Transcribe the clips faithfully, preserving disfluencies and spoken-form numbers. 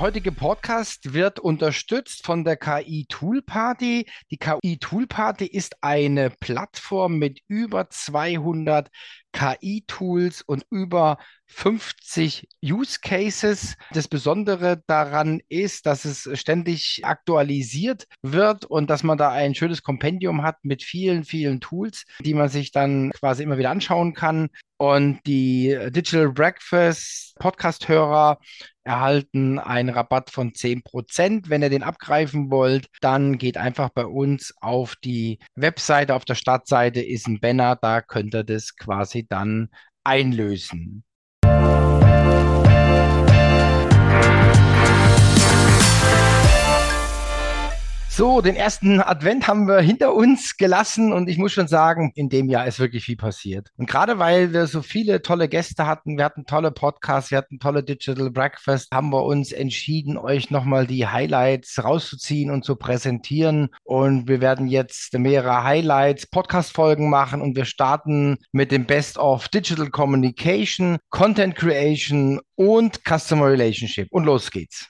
heutige Podcast wird unterstützt von der K I Tool Party. Die K I Tool Party ist eine Plattform mit über zweihundert K I-Tools und über fünfzig Use Cases. Das Besondere daran ist, dass es ständig aktualisiert wird und dass man da ein schönes Kompendium hat mit vielen, vielen Tools, die man sich dann quasi immer wieder anschauen kann. Und die Digital Breakfast Podcast-Hörer erhalten einen Rabatt von zehn Prozent. Wenn ihr den abgreifen wollt, dann geht einfach bei uns auf die Webseite. Auf der Startseite ist ein Banner, da könnt ihr das quasi dann einlösen. So, den ersten Advent haben wir hinter uns gelassen und ich muss schon sagen, in dem Jahr ist wirklich viel passiert. Und gerade weil wir so viele tolle Gäste hatten, wir hatten tolle Podcasts, wir hatten tolle Digital Breakfast, haben wir uns entschieden, euch nochmal die Highlights rauszuziehen und zu präsentieren. Und wir werden jetzt mehrere Highlights, Podcast-Folgen machen und wir starten mit dem Best of Digital Communication, Content Creation und Customer Relationship. Und los geht's.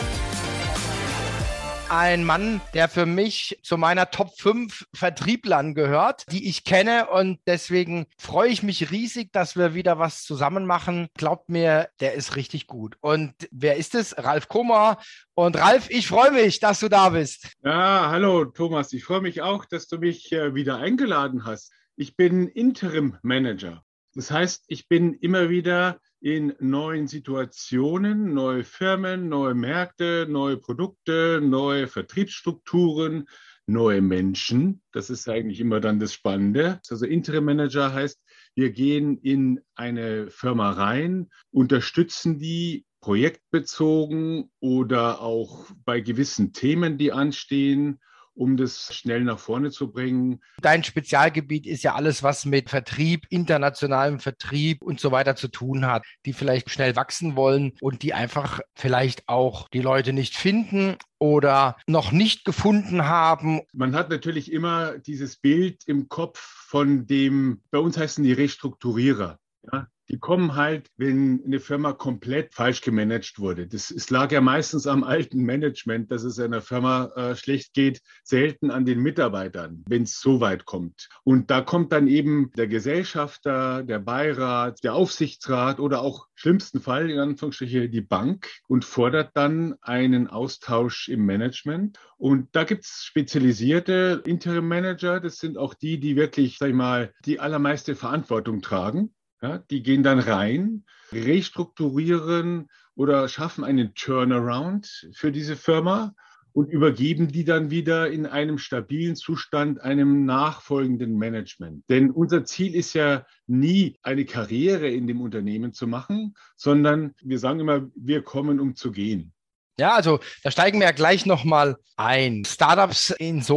Ein Mann, der für mich zu meiner Top fünf Vertrieblern gehört, die ich kenne, und deswegen freue ich mich riesig, dass wir wieder was zusammen machen. Glaubt mir, der ist richtig gut. Und wer ist es? Ralf Kummer. Und Ralf, ich freue mich, dass du da bist. Ja, hallo Thomas, ich freue mich auch, dass du mich äh, wieder eingeladen hast. Ich bin Interim Manager. Das heißt, ich bin immer wieder in neuen Situationen, neue Firmen, neue Märkte, neue Produkte, neue Vertriebsstrukturen, neue Menschen. Das ist eigentlich immer dann das Spannende. Also Interim Manager heißt, wir gehen in eine Firma rein, unterstützen die projektbezogen oder auch bei gewissen Themen, die anstehen, um das schnell nach vorne zu bringen. Dein Spezialgebiet ist ja alles, was mit Vertrieb, internationalem Vertrieb und so weiter zu tun hat, die vielleicht schnell wachsen wollen und die einfach vielleicht auch die Leute nicht finden oder noch nicht gefunden haben. Man hat natürlich immer dieses Bild im Kopf von dem, bei uns heißen die Restrukturierer. Ja? Die kommen halt, wenn eine Firma komplett falsch gemanagt wurde. Das, es lag ja meistens am alten Management, dass es einer Firma äh, schlecht geht, selten an den Mitarbeitern, wenn es so weit kommt. Und da kommt dann eben der Gesellschafter, der Beirat, der Aufsichtsrat oder auch schlimmsten Fall, in Anführungsstrichen, die Bank und fordert dann einen Austausch im Management. Und da gibt es spezialisierte Interim Manager. Das sind auch die, die wirklich, sag ich mal, die allermeiste Verantwortung tragen. Ja, die gehen dann rein, restrukturieren oder schaffen einen Turnaround für diese Firma und übergeben die dann wieder in einem stabilen Zustand einem nachfolgenden Management. Denn unser Ziel ist ja nie, eine Karriere in dem Unternehmen zu machen, sondern wir sagen immer, wir kommen, um zu gehen. Ja, also da steigen wir ja gleich nochmal ein. Startups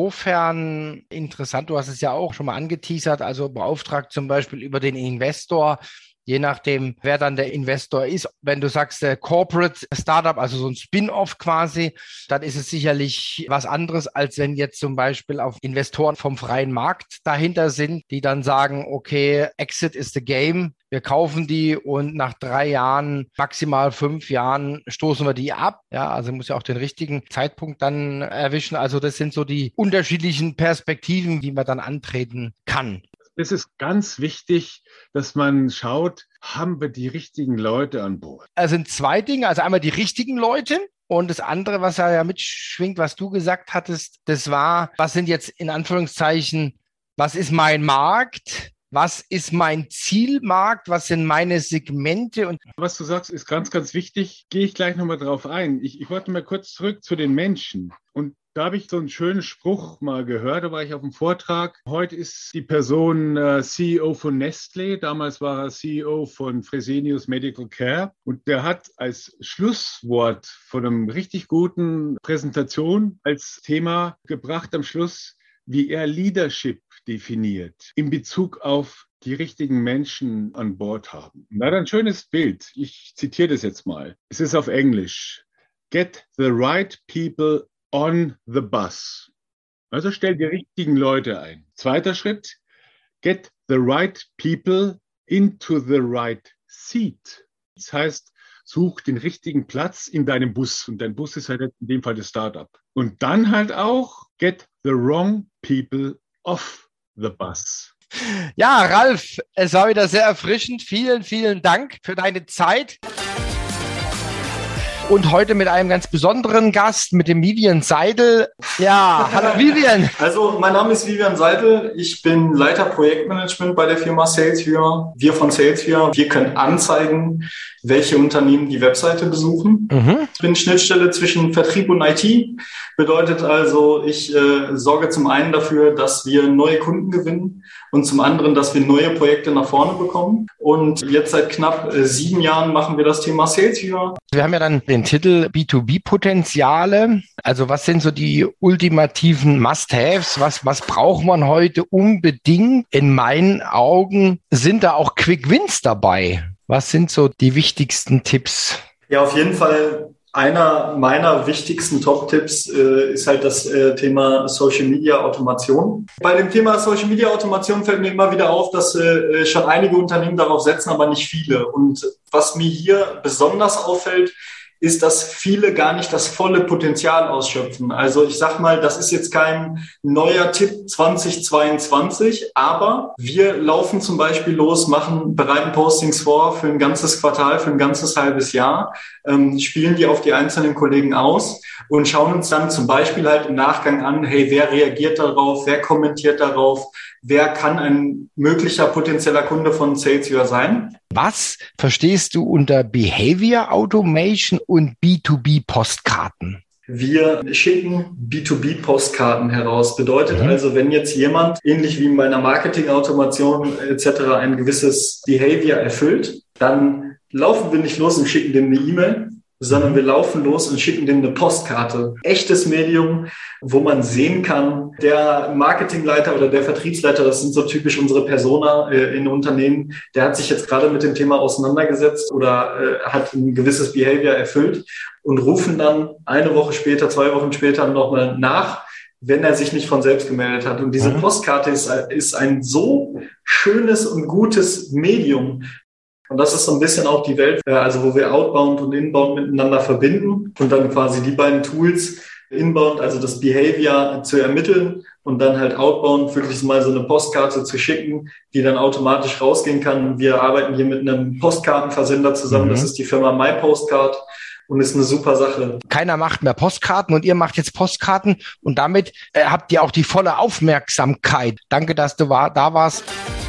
insofern interessant, du hast es ja auch schon mal angeteasert, also beauftragt zum Beispiel über den Investor, je nachdem, wer dann der Investor ist. Wenn du sagst, der Corporate Startup, also so ein Spin-off quasi, dann ist es sicherlich was anderes, als wenn jetzt zum Beispiel auch Investoren vom freien Markt dahinter sind, die dann sagen, okay, Exit is the game. Wir kaufen die und nach drei Jahren, maximal fünf Jahren stoßen wir die ab. Ja, also muss ja auch den richtigen Zeitpunkt dann erwischen. Also das sind so die unterschiedlichen Perspektiven, die man dann antreten kann. Es ist ganz wichtig, dass man schaut, haben wir die richtigen Leute an Bord? Es sind zwei Dinge. Also einmal die richtigen Leute. Und das andere, was ja mitschwingt, was du gesagt hattest, das war, was sind jetzt in Anführungszeichen, was ist mein Markt? Was ist mein Zielmarkt? Was sind meine Segmente? Und was du sagst, ist ganz, ganz wichtig. Gehe ich gleich nochmal drauf ein. Ich, ich wollte mal kurz zurück zu den Menschen. Und da habe ich so einen schönen Spruch mal gehört, da war ich auf einem Vortrag. Heute ist die Person äh, C E O von Nestlé, damals war er C E O von Fresenius Medical Care und der hat als Schlusswort von einem richtig guten Präsentation als Thema gebracht am Schluss, wie er Leadership definiert in Bezug auf die richtigen Menschen an Bord haben. Na, ein schönes Bild. Ich zitiere das jetzt mal. Es ist auf Englisch. Get the right people on the bus. Also stell die richtigen Leute ein. Zweiter Schritt. Get the right people into the right seat. Das heißt, such den richtigen Platz in deinem Bus. Und dein Bus ist halt in dem Fall das Startup. Und dann halt auch get the wrong people off the bus. Ja, Ralf, es war wieder sehr erfrischend. Vielen, vielen Dank für deine Zeit. Und heute mit einem ganz besonderen Gast, mit dem Vivian Seidel. Ja, hallo Vivian. Also mein Name ist Vivian Seidel. Ich bin Leiter Projektmanagement bei der Firma SalesViewer. Wir von SalesViewer, wir können anzeigen, welche Unternehmen die Webseite besuchen. Mhm. Ich bin Schnittstelle zwischen Vertrieb und I T. Bedeutet also, ich äh, sorge zum einen dafür, dass wir neue Kunden gewinnen und zum anderen, dass wir neue Projekte nach vorne bekommen. Und jetzt seit knapp äh, sieben Jahren machen wir das Thema SalesViewer. Wir haben ja dann den Titel B zwei B-Potenziale. Also was sind so die ultimativen Must-Haves? Was, was braucht man heute unbedingt? In meinen Augen sind da auch Quick-Wins dabei. Was sind so die wichtigsten Tipps? Ja, auf jeden Fall. Einer meiner wichtigsten Top-Tipps äh, ist halt das äh, Thema Social-Media-Automation. Bei dem Thema Social-Media-Automation fällt mir immer wieder auf, dass äh, schon einige Unternehmen darauf setzen, aber nicht viele. Und was mir hier besonders auffällt, ist, dass viele gar nicht das volle Potenzial ausschöpfen. Also ich sag mal, das ist jetzt kein neuer Tipp zwanzig zweiundzwanzig, aber wir laufen zum Beispiel los, machen, bereiten Postings vor für ein ganzes Quartal, für ein ganzes halbes Jahr, ähm, spielen die auf die einzelnen Kollegen aus und schauen uns dann zum Beispiel halt im Nachgang an, hey, wer reagiert darauf, wer kommentiert darauf, wer kann ein möglicher potenzieller Kunde von SalesViewer sein. Was verstehst du unter Behavior Automation und B zwei B-Postkarten? Wir schicken B zwei B-Postkarten heraus. Bedeutet mhm. also, wenn jetzt jemand, ähnlich wie bei einer Marketing-Automation et cetera, ein gewisses Behavior erfüllt, dann laufen wir nicht los und schicken dem eine E-Mail, sondern wir laufen los und schicken dem eine Postkarte. Echtes Medium, wo man sehen kann, der Marketingleiter oder der Vertriebsleiter, das sind so typisch unsere Persona äh, in Unternehmen, der hat sich jetzt gerade mit dem Thema auseinandergesetzt oder äh, hat ein gewisses Behavior erfüllt und rufen dann eine Woche später, zwei Wochen später nochmal nach, wenn er sich nicht von selbst gemeldet hat. Und diese Postkarte ist, ist ein so schönes und gutes Medium. Und das ist so ein bisschen auch die Welt, also wo wir Outbound und Inbound miteinander verbinden und dann quasi die beiden Tools, Inbound, also das Behavior zu ermitteln und dann halt Outbound wirklich mal so eine Postkarte zu schicken, die dann automatisch rausgehen kann. Wir arbeiten hier mit einem Postkartenversender zusammen, mhm. das ist die Firma MyPostcard. Und ist eine super Sache. Keiner macht mehr Postkarten und ihr macht jetzt Postkarten und damit äh, habt ihr auch die volle Aufmerksamkeit. Danke, dass du war, da warst.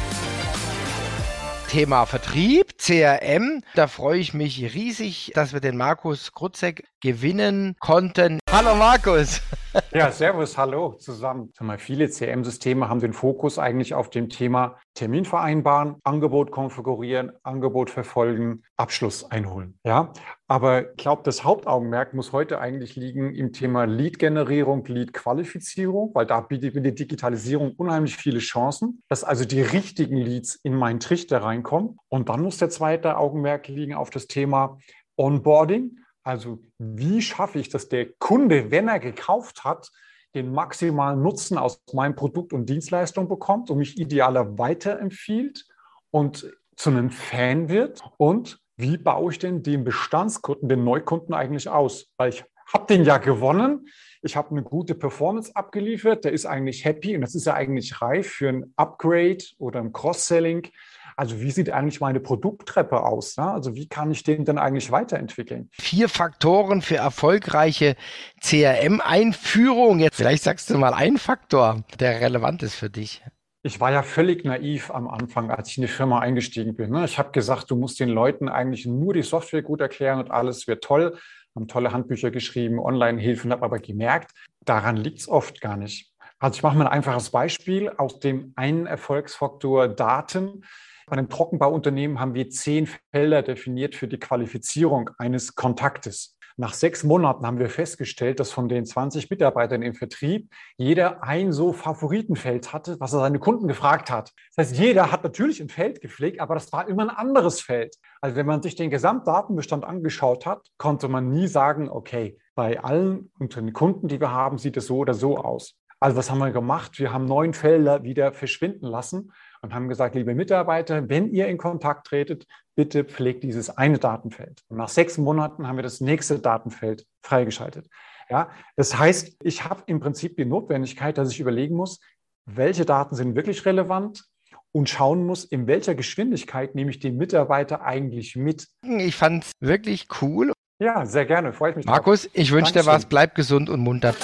Thema Vertrieb, C R M. Da freue ich mich riesig, dass wir den Markus Krutzek gewinnen konnten. Hallo Markus. Ja, servus, hallo zusammen. Viele C R M-Systeme haben den Fokus eigentlich auf dem Thema Termin vereinbaren, Angebot konfigurieren, Angebot verfolgen, Abschluss einholen. Ja, aber ich glaube, das Hauptaugenmerk muss heute eigentlich liegen im Thema Lead-Generierung, Lead-Qualifizierung, weil da bietet mir die Digitalisierung unheimlich viele Chancen, dass also die richtigen Leads in meinen Trichter reinkommen. Und dann muss der zweite Augenmerk liegen auf das Thema Onboarding. Also wie schaffe ich, dass der Kunde, wenn er gekauft hat, den maximalen Nutzen aus meinem Produkt und Dienstleistung bekommt und mich idealer weiterempfiehlt und zu einem Fan wird? Und wie baue ich denn den Bestandskunden, den Neukunden eigentlich aus? Weil ich habe den ja gewonnen, ich habe eine gute Performance abgeliefert, der ist eigentlich happy und das ist ja eigentlich reif für ein Upgrade oder ein Cross-Selling. Also wie sieht eigentlich meine Produkttreppe aus? Ja? Also wie kann ich den denn eigentlich weiterentwickeln? Vier Faktoren für erfolgreiche C R M-Einführung. Jetzt vielleicht sagst du mal einen Faktor, der relevant ist für dich. Ich war ja völlig naiv am Anfang, als ich in die Firma eingestiegen bin. Ich habe gesagt, du musst den Leuten eigentlich nur die Software gut erklären und alles wird toll. Haben tolle Handbücher geschrieben, Online-Hilfen, habe aber gemerkt, daran liegt es oft gar nicht. Also ich mache mal ein einfaches Beispiel aus dem einen Erfolgsfaktor Daten. Bei einem Trockenbauunternehmen haben wir zehn Felder definiert für die Qualifizierung eines Kontaktes. Nach sechs Monaten haben wir festgestellt, dass von den zwanzig Mitarbeitern im Vertrieb jeder ein so Favoritenfeld hatte, was er seine Kunden gefragt hat. Das heißt, jeder hat natürlich ein Feld gepflegt, aber das war immer ein anderes Feld. Also wenn man sich den Gesamtdatenbestand angeschaut hat, konnte man nie sagen, okay, bei allen unter den Kunden, die wir haben, sieht es so oder so aus. Also was haben wir gemacht? Wir haben neun Felder wieder verschwinden lassen und haben gesagt, liebe Mitarbeiter, wenn ihr in Kontakt tretet, bitte pflegt dieses eine Datenfeld. Und nach sechs Monaten haben wir das nächste Datenfeld freigeschaltet. Ja, das heißt, ich habe im Prinzip die Notwendigkeit, dass ich überlegen muss, welche Daten sind wirklich relevant und schauen muss, in welcher Geschwindigkeit nehme ich den Mitarbeiter eigentlich mit. Ich fand es wirklich cool. Ja, sehr gerne, freue ich mich. Markus, drauf. Ich wünsche dir was, bleib gesund und munter.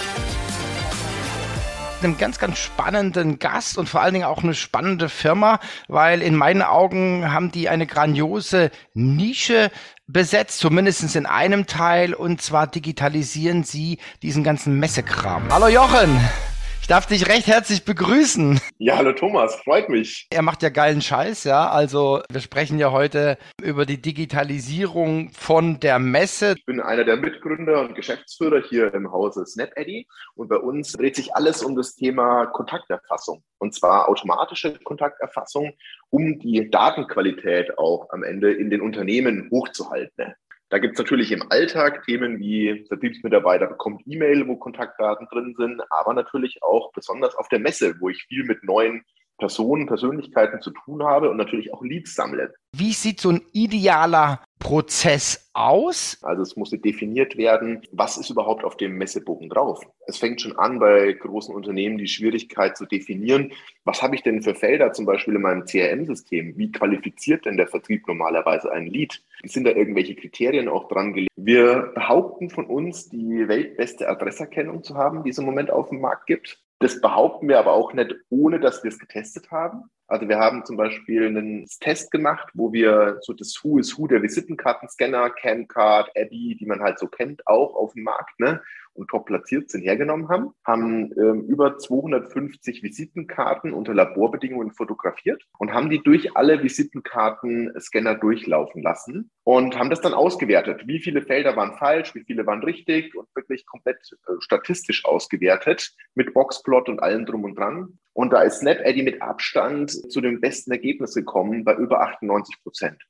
Einem ganz, ganz spannenden Gast und vor allen Dingen auch eine spannende Firma, weil in meinen Augen haben die eine grandiose Nische besetzt, zumindest in einem Teil, und zwar digitalisieren sie diesen ganzen Messekram. Hallo Jochen! Ich darf dich recht herzlich begrüßen. Ja, hallo Thomas, freut mich. Er macht ja geilen Scheiß, ja. Also wir sprechen ja heute über die Digitalisierung von der Messe. Ich bin einer der Mitgründer und Geschäftsführer hier im Hause SnapEddy und bei uns dreht sich alles um das Thema Kontakterfassung, und zwar automatische Kontakterfassung, um die Datenqualität auch am Ende in den Unternehmen hochzuhalten. Da gibt es natürlich im Alltag Themen wie Vertriebsmitarbeiter bekommt E-Mail, wo Kontaktdaten drin sind, aber natürlich auch besonders auf der Messe, wo ich viel mit neuen Personen, Persönlichkeiten zu tun habe und natürlich auch Leads sammle. Wie sieht so ein idealer Prozess aus? Also es musste definiert werden, was ist überhaupt auf dem Messebogen drauf. Es fängt schon an bei großen Unternehmen die Schwierigkeit zu definieren, was habe ich denn für Felder zum Beispiel in meinem C R M-System? Wie qualifiziert denn der Vertrieb normalerweise ein Lead? Sind da irgendwelche Kriterien auch dran gelegt? Wir behaupten von uns, die weltbeste Adresserkennung zu haben, die es im Moment auf dem Markt gibt. Das behaupten wir aber auch nicht, ohne dass wir es getestet haben. Also wir haben zum Beispiel einen Test gemacht, wo wir so das Who is Who der Visitenkartenscanner, Camcard, Abby, die man halt so kennt, auch auf dem Markt, ne, und top platziert sind, hergenommen haben, haben ähm, über zweihundertfünfzig Visitenkarten unter Laborbedingungen fotografiert und haben die durch alle Visitenkartenscanner durchlaufen lassen und haben das dann ausgewertet. Wie viele Felder waren falsch, wie viele waren richtig und wirklich komplett äh, statistisch ausgewertet mit Boxplot und allem drum und dran. Und da ist SnapEddy mit Abstand zu dem besten Ergebnis gekommen, bei über achtundneunzig Prozent.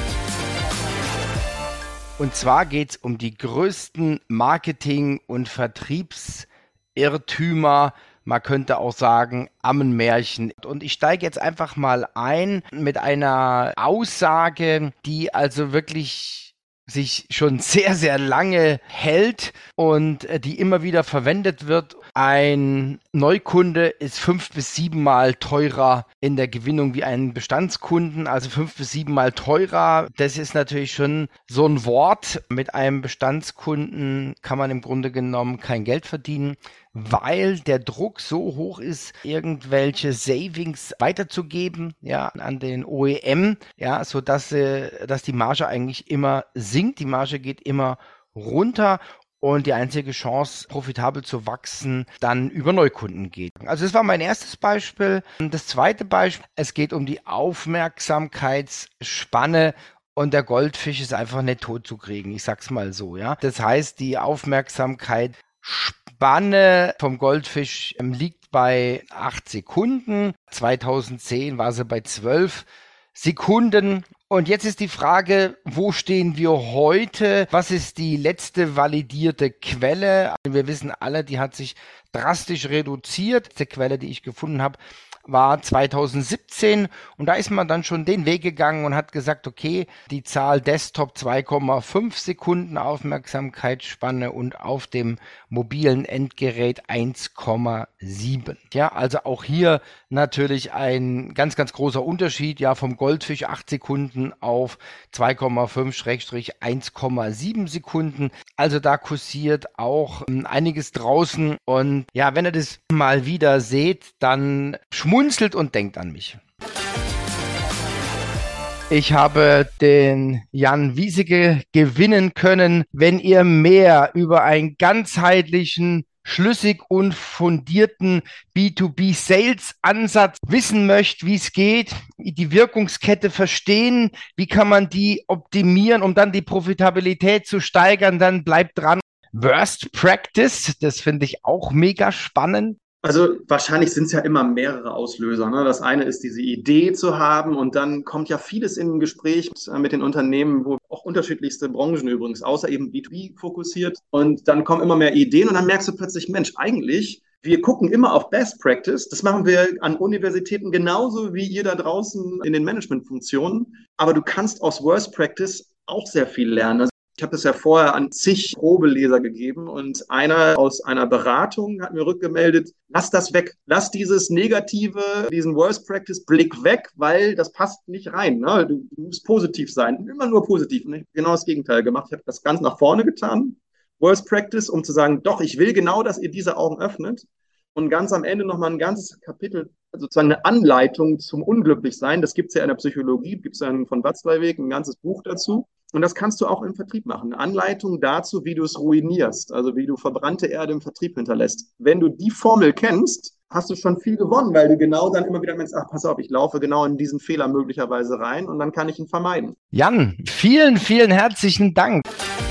Und zwar geht es um die größten Marketing- und Vertriebsirrtümer, man könnte auch sagen Ammenmärchen. Und ich steige jetzt einfach mal ein mit einer Aussage, die also wirklich sich schon sehr, sehr lange hält und die immer wieder verwendet wird. Ein Neukunde ist fünf bis sieben Mal teurer in der Gewinnung wie ein Bestandskunden, also fünf bis sieben Mal teurer. Das ist natürlich schon so ein Wort. Mit einem Bestandskunden kann man im Grunde genommen kein Geld verdienen, weil der Druck so hoch ist, irgendwelche Savings weiterzugeben, ja, an den O E M, ja, so dass, äh, dass die Marge eigentlich immer sinkt. Die Marge geht immer runter. Und die einzige Chance, profitabel zu wachsen, dann über Neukunden geht. Also das war mein erstes Beispiel. Das zweite Beispiel, es geht um die Aufmerksamkeitsspanne und der Goldfisch ist einfach nicht tot zu kriegen. Ich sag's mal so, ja. Das heißt, die Aufmerksamkeitsspanne vom Goldfisch liegt bei acht Sekunden. zweitausendzehn war sie bei zwölf Sekunden. Und jetzt ist die Frage, wo stehen wir heute? Was ist die letzte validierte Quelle? Wir wissen alle, die hat sich drastisch reduziert. Die Quelle, die ich gefunden habe, war zweitausendsiebzehn und da ist man dann schon den Weg gegangen und hat gesagt, okay, die Zahl Desktop zwei Komma fünf Sekunden Aufmerksamkeitsspanne und auf dem mobilen Endgerät eins Komma sieben. Ja, also auch hier natürlich ein ganz, ganz großer Unterschied, ja, vom Goldfisch acht Sekunden auf zwei Komma fünf eins Komma sieben Sekunden. Also da kursiert auch ähm, einiges draußen und ja, wenn ihr das mal wieder seht, dann schmunzelt und denkt an mich. Ich habe den Jan Wieseke gewinnen können. Wenn ihr mehr über einen ganzheitlichen, schlüssig und fundierten B zwei B Sales Ansatz wissen möchtet, wie es geht, die Wirkungskette verstehen, wie kann man die optimieren, um dann die Profitabilität zu steigern, dann bleibt dran. Worst Practice, das finde ich auch mega spannend. Also wahrscheinlich sind es ja immer mehrere Auslöser. Ne? Das eine ist diese Idee zu haben und dann kommt ja vieles in ein Gespräch mit den Unternehmen, wo auch unterschiedlichste Branchen übrigens, außer eben B zwei B fokussiert. Und dann kommen immer mehr Ideen und dann merkst du plötzlich, Mensch, eigentlich Wir gucken immer auf Best Practice. Das machen wir an Universitäten genauso wie ihr da draußen in den Managementfunktionen. Aber du kannst aus Worst Practice auch sehr viel lernen. Also ich habe das ja vorher an zig Probeleser gegeben und einer aus einer Beratung hat mir rückgemeldet, lass das weg, lass dieses negative, diesen Worst Practice Blick weg, weil das passt nicht rein. Ne? Du, du musst positiv sein, immer nur positiv. Und ich habe genau das Gegenteil gemacht. Ich habe das ganz nach vorne getan, Worst Practice, um zu sagen, doch, ich will genau, dass ihr diese Augen öffnet. Und ganz am Ende nochmal ein ganzes Kapitel, sozusagen eine Anleitung zum Unglücklichsein. Das gibt es ja in der Psychologie, gibt es ja von Watzlawick ein ganzes Buch dazu. Und das kannst du auch im Vertrieb machen. Eine Anleitung dazu, wie du es ruinierst, also wie du verbrannte Erde im Vertrieb hinterlässt. Wenn du die Formel kennst, hast du schon viel gewonnen, weil du genau dann immer wieder merkst, ach, pass auf, ich laufe genau in diesen Fehler möglicherweise rein und dann kann ich ihn vermeiden. Jan, vielen, vielen herzlichen Dank.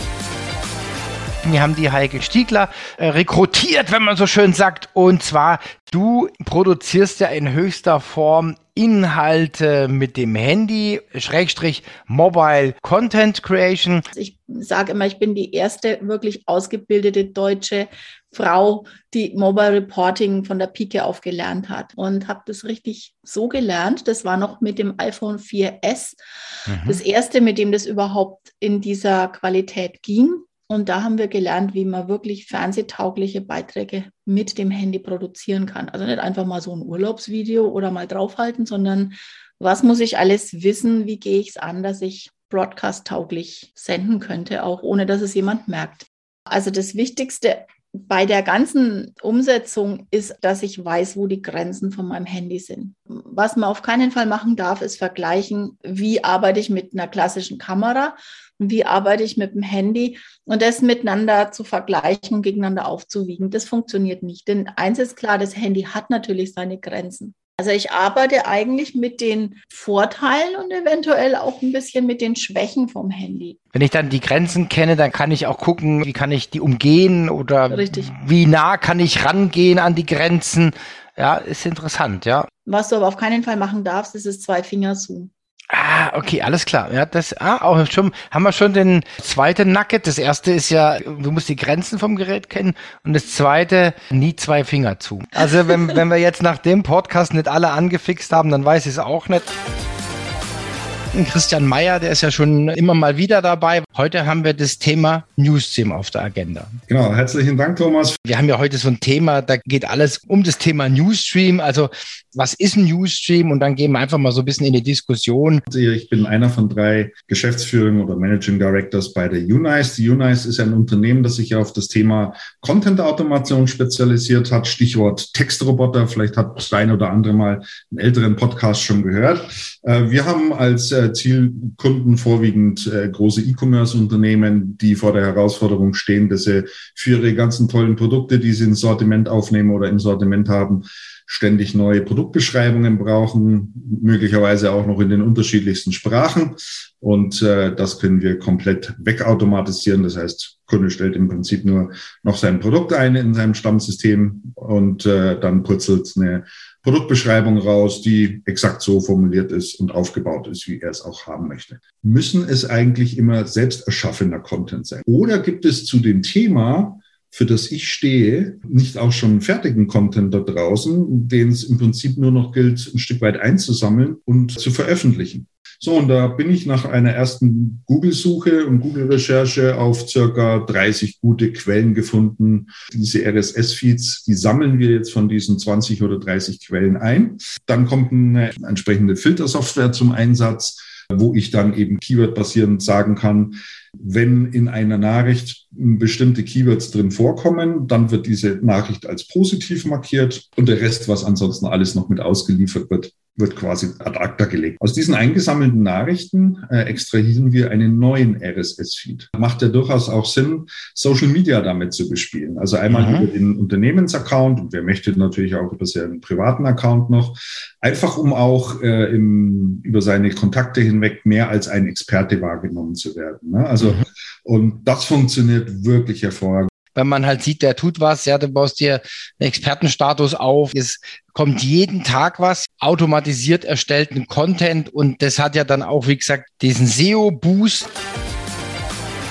Wir haben die Heike Stiegler äh, rekrutiert, wenn man so schön sagt. Und zwar, du produzierst ja in höchster Form Inhalte mit dem Handy, Schrägstrich Mobile Content Creation. Ich sage immer, ich bin die erste wirklich ausgebildete deutsche Frau, die Mobile Reporting von der Pike auf gelernt hat und habe das richtig so gelernt. Das war noch mit dem iPhone vier S, mhm. das erste, mit dem das überhaupt in dieser Qualität ging. Und da haben wir gelernt, wie man wirklich fernsehtaugliche Beiträge mit dem Handy produzieren kann. Also nicht einfach mal so ein Urlaubsvideo oder mal draufhalten, sondern was muss ich alles wissen, wie gehe ich es an, dass ich broadcast-tauglich senden könnte, auch ohne dass es jemand merkt. Also das Wichtigste bei der ganzen Umsetzung ist, dass ich weiß, wo die Grenzen von meinem Handy sind. Was man auf keinen Fall machen darf, ist vergleichen, wie arbeite ich mit einer klassischen Kamera und wie arbeite ich mit dem Handy und das miteinander zu vergleichen und gegeneinander aufzuwiegen. Das funktioniert nicht, denn eins ist klar, das Handy hat natürlich seine Grenzen. Also ich arbeite eigentlich mit den Vorteilen und eventuell auch ein bisschen mit den Schwächen vom Handy. Wenn ich dann die Grenzen kenne, dann kann ich auch gucken, wie kann ich die umgehen oder Richtig. Wie nah kann ich rangehen an die Grenzen. Ja, ist interessant, ja. Was du aber auf keinen Fall machen darfst, ist das Zwei-Finger-Zoom. Ah, okay, alles klar. Ja, das, ah, auch schon, haben wir schon den zweiten Nugget. Das erste ist ja, du musst die Grenzen vom Gerät kennen. Und das zweite, nie zwei Finger zu. Also, wenn, wenn wir jetzt nach dem Podcast nicht alle angefixt haben, dann weiß ich es auch nicht. Christian Meyer, der ist ja schon immer mal wieder dabei. Heute haben wir das Thema Newsstream auf der Agenda. Genau, herzlichen Dank, Thomas. Wir haben ja heute so ein Thema, da geht alles um das Thema Newsstream. Also was ist ein Newsstream? Und dann gehen wir einfach mal so ein bisschen in die Diskussion. Ich bin einer von drei Geschäftsführern oder Managing Directors bei der Unice. Die Unice ist ein Unternehmen, das sich auf das Thema Content-Automation spezialisiert hat. Stichwort Textroboter. Vielleicht hat der eine oder andere mal einen älteren Podcast schon gehört. Wir haben als Zielkunden vorwiegend große E-Commerce-Unternehmen, die vor der Herausforderung stehen, dass sie für ihre ganzen tollen Produkte, die sie ins Sortiment aufnehmen oder im Sortiment haben, ständig neue Produktbeschreibungen brauchen, möglicherweise auch noch in den unterschiedlichsten Sprachen. Und äh, das können wir komplett wegautomatisieren. Das heißt, Kunde stellt im Prinzip nur noch sein Produkt ein in seinem Stammsystem und äh, dann purzelt eine Produktbeschreibung raus, die exakt so formuliert ist und aufgebaut ist, wie er es auch haben möchte. Müssen es eigentlich immer selbst erschaffener Content sein? Oder gibt es zu dem Thema, für das ich stehe, nicht auch schon fertigen Content da draußen, den es im Prinzip nur noch gilt, ein Stück weit einzusammeln und zu veröffentlichen? So, und da bin ich nach einer ersten Google-Suche und Google-Recherche auf circa dreißig gute Quellen gefunden. Diese R S S-Feeds, die sammeln wir jetzt von diesen zwanzig oder dreißig Quellen ein. Dann kommt eine entsprechende Filtersoftware zum Einsatz, wo ich dann eben keyword-basierend sagen kann, wenn in einer Nachricht bestimmte Keywords drin vorkommen, dann wird diese Nachricht als positiv markiert und der Rest, was ansonsten alles noch mit ausgeliefert wird, wird quasi ad acta gelegt. Aus diesen eingesammelten Nachrichten äh, extrahieren wir einen neuen R S S-Feed. Macht ja durchaus auch Sinn, Social Media damit zu bespielen. Also einmal mhm. über den Unternehmensaccount und wer möchte natürlich auch über seinen privaten Account noch, einfach um auch äh, im, über seine Kontakte hinweg mehr als ein Experte wahrgenommen zu werden. Ne? Also mhm. und das funktioniert wirklich hervorragend. Wenn man halt sieht, der tut was, ja, du baust dir einen Expertenstatus auf, es kommt jeden Tag was, automatisiert erstellten Content und das hat ja dann auch, wie gesagt, diesen S E O-Boost.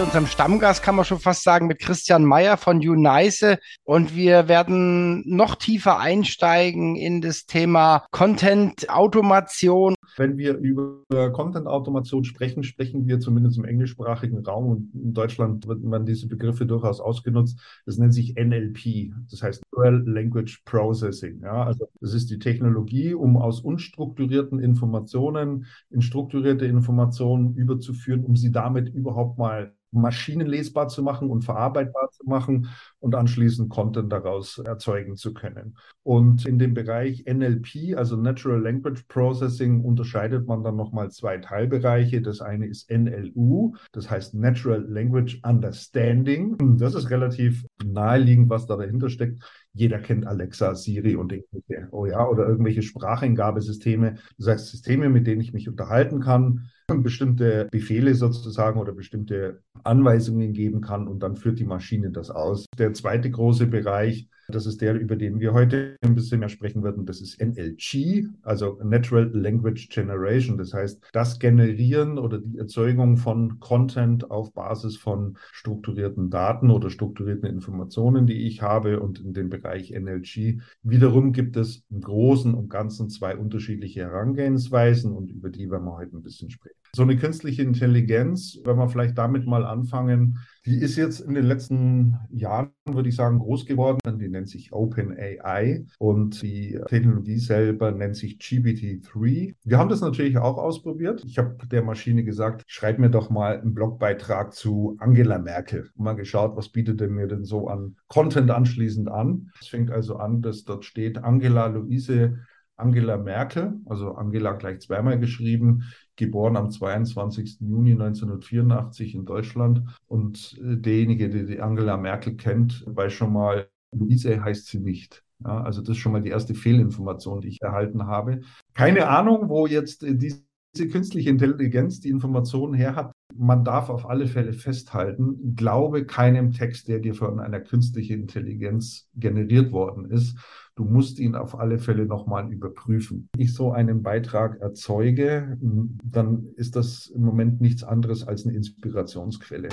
unserem Stammgast, kann man schon fast sagen, mit Christian Meyer von Unice. Und wir werden noch tiefer einsteigen in das Thema Content-Automation. Wenn wir über Content-Automation sprechen, sprechen wir zumindest im englischsprachigen Raum, und in Deutschland wird man diese Begriffe durchaus ausgenutzt. Das nennt sich N L P, das heißt Natural Language Processing. Ja, also das ist die Technologie, um aus unstrukturierten Informationen in strukturierte Informationen überzuführen, um sie damit überhaupt mal maschinenlesbar zu machen und verarbeitbar zu machen und anschließend Content daraus erzeugen zu können. Und in dem Bereich N L P, also Natural Language Processing, unterscheidet man dann nochmal zwei Teilbereiche. Das eine ist N L U, das heißt Natural Language Understanding. Das ist relativ naheliegend, was da dahinter steckt. Jeder kennt Alexa, Siri und irgendwelche, oh ja, oder irgendwelche Spracheingabesysteme. Das heißt, Systeme, mit denen ich mich unterhalten kann, bestimmte Befehle sozusagen oder bestimmte Anweisungen geben kann und dann führt die Maschine das aus. Der zweite große Bereich, das ist der, über den wir heute ein bisschen mehr sprechen werden, das ist N L G, also Natural Language Generation. Das heißt, das Generieren oder die Erzeugung von Content auf Basis von strukturierten Daten oder strukturierten Informationen, die ich habe. Und in dem Bereich N L G wiederum gibt es im Großen und Ganzen zwei unterschiedliche Herangehensweisen und über die werden wir heute ein bisschen sprechen. So eine künstliche Intelligenz, wenn wir vielleicht damit mal anfangen, die ist jetzt in den letzten Jahren, würde ich sagen, groß geworden. Die nennt sich OpenAI und die Technologie selber nennt sich G P T drei. Wir haben das natürlich auch ausprobiert. Ich habe der Maschine gesagt, schreib mir doch mal einen Blogbeitrag zu Angela Merkel. Und mal geschaut, was bietet denn mir denn so an Content anschließend an. Es fängt also an, dass dort steht Angela Luise Angela Merkel, also Angela gleich zweimal geschrieben, geboren am zweiundzwanzigsten Juni neunzehnhundertvierundachtzig in Deutschland. Und derjenige, der die Angela Merkel kennt, weiß schon mal, Luise heißt sie nicht. Ja, also das ist schon mal die erste Fehlinformation, die ich erhalten habe. Keine Ahnung, wo jetzt diese künstliche Intelligenz die Informationen her hat. Man darf auf alle Fälle festhalten, glaube keinem Text, der dir von einer künstlichen Intelligenz generiert worden ist. Du musst ihn auf alle Fälle nochmal überprüfen. Wenn ich so einen Beitrag erzeuge, dann ist das im Moment nichts anderes als eine Inspirationsquelle.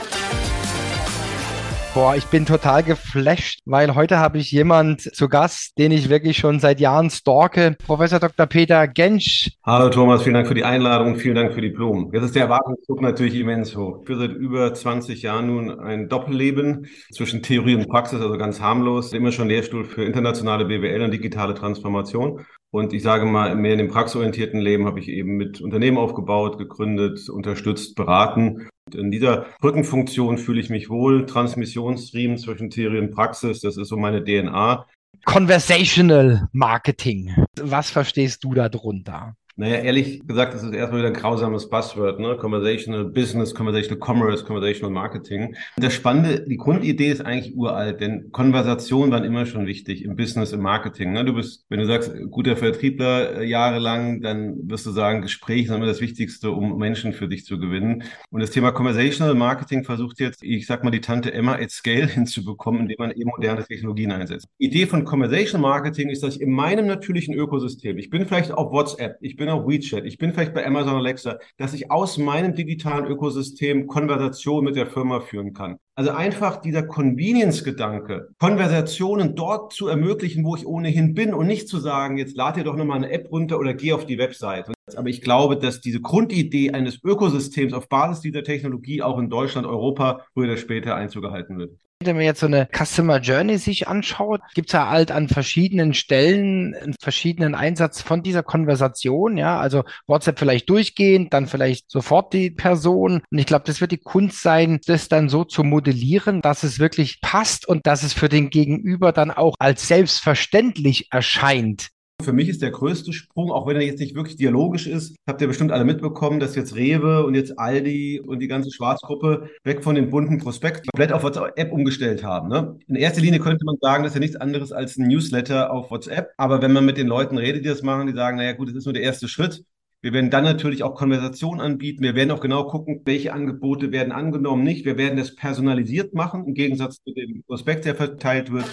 Boah, ich bin total geflasht, weil heute habe ich jemand zu Gast, den ich wirklich schon seit Jahren stalke. Professor Doktor Peter Gensch. Hallo Thomas, vielen Dank für die Einladung und vielen Dank für die Blumen. Jetzt ist der Erwartungsdruck natürlich immens hoch. Ich führe seit über zwanzig Jahren nun ein Doppelleben zwischen Theorie und Praxis, also ganz harmlos. Immer schon Lehrstuhl für internationale B W L und digitale Transformation. Und ich sage mal, mehr in dem praxisorientierten Leben habe ich eben mit Unternehmen aufgebaut, gegründet, unterstützt, beraten. Und in dieser Brückenfunktion fühle ich mich wohl. Transmissionsriemen zwischen Theorie und Praxis, das ist so meine D N A. Conversational Marketing. Was verstehst du darunter? Naja, ehrlich gesagt, das ist erstmal wieder ein grausames Buzzword, ne? Conversational Business, Conversational Commerce, Conversational Marketing. Das Spannende, die Grundidee ist eigentlich uralt, denn Konversationen waren immer schon wichtig im Business, im Marketing, ne? Du bist, wenn du sagst, guter Vertriebler äh, jahrelang, dann wirst du sagen, Gespräche sind immer das Wichtigste, um Menschen für dich zu gewinnen. Und das Thema Conversational Marketing versucht jetzt, ich sag mal, die Tante Emma at Scale hinzubekommen, indem man eben moderne Technologien einsetzt. Die Idee von Conversational Marketing ist, dass ich in meinem natürlichen Ökosystem, ich bin vielleicht auf WhatsApp, ich bin auf WeChat, ich bin vielleicht bei Amazon Alexa, dass ich aus meinem digitalen Ökosystem Konversation mit der Firma führen kann. Also einfach dieser Convenience-Gedanke, Konversationen dort zu ermöglichen, wo ich ohnehin bin und nicht zu sagen, jetzt lad dir doch nochmal eine App runter oder geh auf die Website. Aber ich glaube, dass diese Grundidee eines Ökosystems auf Basis dieser Technologie auch in Deutschland, Europa früher oder später Einzug erhalten wird. Wenn man jetzt so eine Customer Journey sich anschaut, gibt es ja halt an verschiedenen Stellen einen verschiedenen Einsatz von dieser Konversation, ja, also WhatsApp vielleicht durchgehend, dann vielleicht sofort die Person. Und ich glaube, das wird die Kunst sein, das dann so zu modellieren, dass es wirklich passt und dass es für den Gegenüber dann auch als selbstverständlich erscheint. Für mich ist der größte Sprung, auch wenn er jetzt nicht wirklich dialogisch ist, habt ihr bestimmt alle mitbekommen, dass jetzt Rewe und jetzt Aldi und die ganze Schwarzgruppe weg von den bunten Prospekt komplett auf WhatsApp umgestellt haben. Ne? In erster Linie könnte man sagen, das ist ja nichts anderes als ein Newsletter auf WhatsApp. Aber wenn man mit den Leuten redet, die das machen, die sagen, naja gut, das ist nur der erste Schritt. Wir werden dann natürlich auch Konversationen anbieten. Wir werden auch genau gucken, welche Angebote werden angenommen, nicht. Wir werden das personalisiert machen, im Gegensatz zu dem Prospekt, der verteilt wird.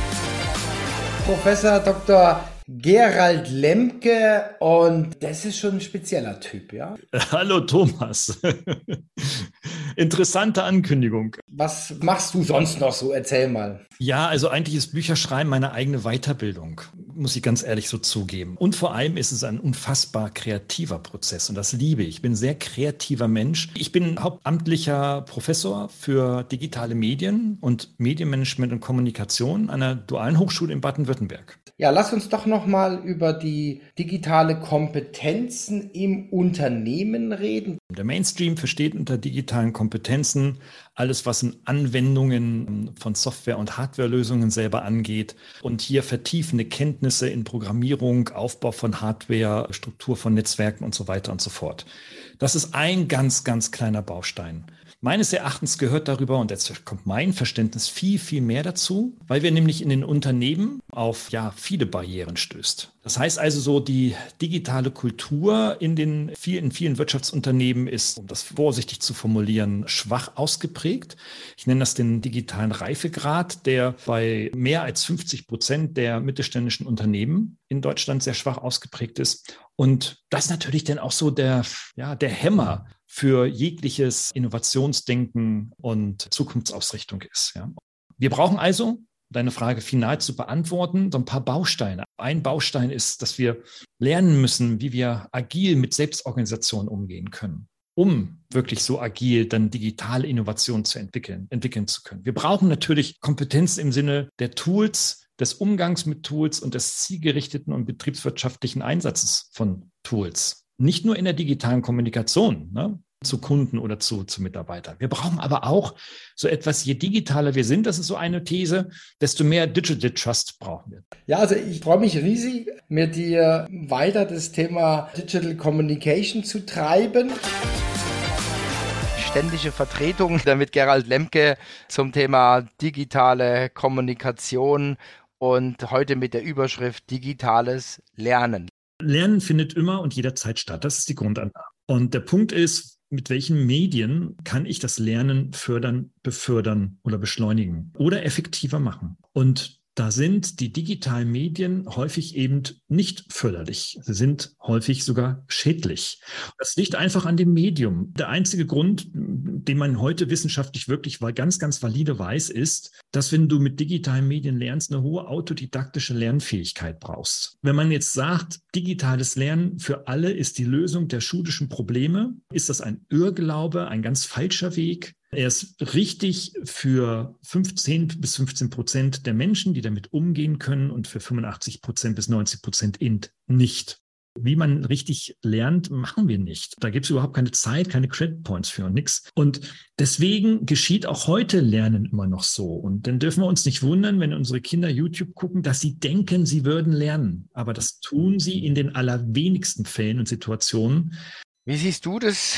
Professor Doktor Gerald Lemke, und das ist schon ein spezieller Typ, ja? Hallo Thomas. Interessante Ankündigung. Was machst du sonst noch so? Erzähl mal. Ja, also eigentlich ist Bücherschreiben meine eigene Weiterbildung, muss ich ganz ehrlich so zugeben. Und vor allem ist es ein unfassbar kreativer Prozess und das liebe ich. Ich bin ein sehr kreativer Mensch. Ich bin hauptamtlicher Professor für digitale Medien und Medienmanagement und Kommunikation an der Dualen Hochschule in Baden-Württemberg. Ja, lass uns doch noch mal über die digitale Kompetenzen im Unternehmen reden. Der Mainstream versteht unter digitalen Kompetenzen alles, was in Anwendungen von Software- und Hardwarelösungen selber angeht und hier vertiefende Kenntnisse in Programmierung, Aufbau von Hardware, Struktur von Netzwerken und so weiter und so fort. Das ist ein ganz, ganz kleiner Baustein. Meines Erachtens gehört darüber, und jetzt kommt mein Verständnis, viel, viel mehr dazu, weil wir nämlich in den Unternehmen auf ja viele Barrieren stößt. Das heißt also so, die digitale Kultur in den vielen, vielen Wirtschaftsunternehmen ist, um das vorsichtig zu formulieren, schwach ausgeprägt. Ich nenne das den digitalen Reifegrad, der bei mehr als fünfzig Prozent der mittelständischen Unternehmen in Deutschland sehr schwach ausgeprägt ist. Und das ist natürlich dann auch so der, ja, der Hämmer für jegliches Innovationsdenken und Zukunftsausrichtung ist. Ja. Wir brauchen also, deine Frage final zu beantworten, so ein paar Bausteine. Ein Baustein ist, dass wir lernen müssen, wie wir agil mit Selbstorganisation umgehen können, um wirklich so agil dann digitale Innovation zu entwickeln, entwickeln zu können. Wir brauchen natürlich Kompetenz im Sinne der Tools, des Umgangs mit Tools und des zielgerichteten und betriebswirtschaftlichen Einsatzes von Tools. Nicht nur in der digitalen Kommunikation, ne, zu Kunden oder zu, zu Mitarbeitern. Wir brauchen aber auch so etwas, je digitaler wir sind, das ist so eine These, desto mehr Digital Trust brauchen wir. Ja, also ich freue mich riesig, mit dir weiter das Thema Digital Communication zu treiben. Ständige Vertretung mit Gerald Lemke zum Thema digitale Kommunikation und heute mit der Überschrift Digitales Lernen. Lernen findet immer und jederzeit statt. Das ist die Grundannahme. Und der Punkt ist, mit welchen Medien kann ich das Lernen fördern, befördern oder beschleunigen oder effektiver machen? Und da sind die digitalen Medien häufig eben nicht förderlich. Sie sind häufig sogar schädlich. Das liegt einfach an dem Medium. Der einzige Grund, den man heute wissenschaftlich wirklich ganz, ganz valide weiß, ist, dass wenn du mit digitalen Medien lernst, eine hohe autodidaktische Lernfähigkeit brauchst. Wenn man jetzt sagt, digitales Lernen für alle ist die Lösung der schulischen Probleme, ist das ein Irrglaube, ein ganz falscher Weg. Er ist richtig für fünfzehn bis fünfzehn Prozent der Menschen, die damit umgehen können, und für fünfundachtzig Prozent bis neunzig Prozent eben nicht. Wie man richtig lernt, machen wir nicht. Da gibt es überhaupt keine Zeit, keine Credit Points für und nichts. Und deswegen geschieht auch heute Lernen immer noch so. Und dann dürfen wir uns nicht wundern, wenn unsere Kinder YouTube gucken, dass sie denken, sie würden lernen. Aber das tun sie in den allerwenigsten Fällen und Situationen. Wie siehst du das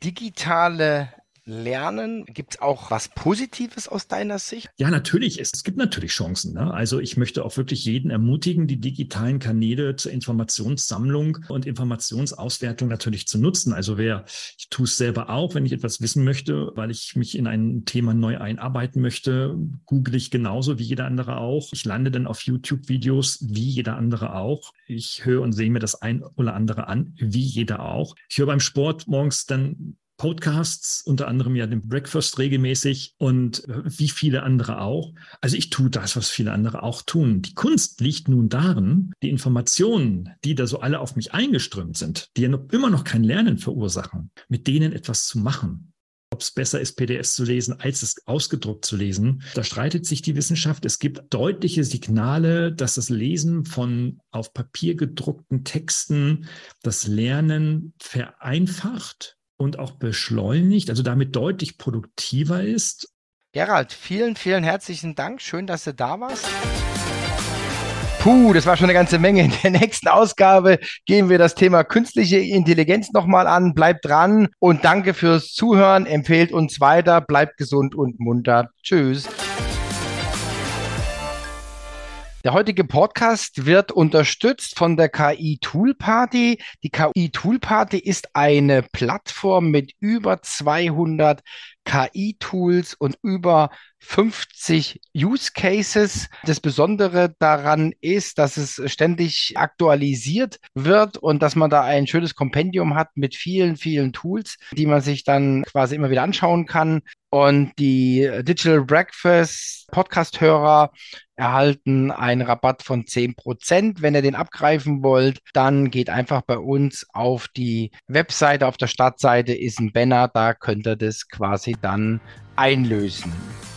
digitale Lernen? Gibt es auch was Positives aus deiner Sicht? Ja, natürlich. Es, es gibt natürlich Chancen. Ne? Also ich möchte auch wirklich jeden ermutigen, die digitalen Kanäle zur Informationssammlung und Informationsauswertung natürlich zu nutzen. Also wer, ich tue es selber auch, wenn ich etwas wissen möchte, weil ich mich in ein Thema neu einarbeiten möchte, google ich genauso wie jeder andere auch. Ich lande dann auf YouTube-Videos wie jeder andere auch. Ich höre und sehe mir das ein oder andere an, wie jeder auch. Ich höre beim Sport morgens dann Podcasts, unter anderem ja den Breakfast regelmäßig und wie viele andere auch. Also ich tue das, was viele andere auch tun. Die Kunst liegt nun darin, die Informationen, die da so alle auf mich eingeströmt sind, die ja noch, immer noch kein Lernen verursachen, mit denen etwas zu machen. Ob es besser ist, P D Fs zu lesen, als es ausgedruckt zu lesen, da streitet sich die Wissenschaft. Es gibt deutliche Signale, dass das Lesen von auf Papier gedruckten Texten das Lernen vereinfacht und auch beschleunigt, also damit deutlich produktiver ist. Gerald, vielen, vielen herzlichen Dank. Schön, dass du da warst. Puh, das war schon eine ganze Menge. In der nächsten Ausgabe gehen wir das Thema künstliche Intelligenz nochmal an. Bleibt dran und danke fürs Zuhören. Empfehlt uns weiter. Bleibt gesund und munter. Tschüss. Der heutige Podcast wird unterstützt von der K I Tool Party. Die K I Tool Party ist eine Plattform mit über zweihundert K I-Tools und über fünfzig Use Cases. Das Besondere daran ist, dass es ständig aktualisiert wird und dass man da ein schönes Kompendium hat mit vielen, vielen Tools, die man sich dann quasi immer wieder anschauen kann. Und die Digital Breakfast Podcast-Hörer erhalten einen Rabatt von zehn Prozent. Wenn ihr den abgreifen wollt, dann geht einfach bei uns auf die Webseite. Auf der Startseite ist ein Banner, da könnt ihr das quasi dann einlösen.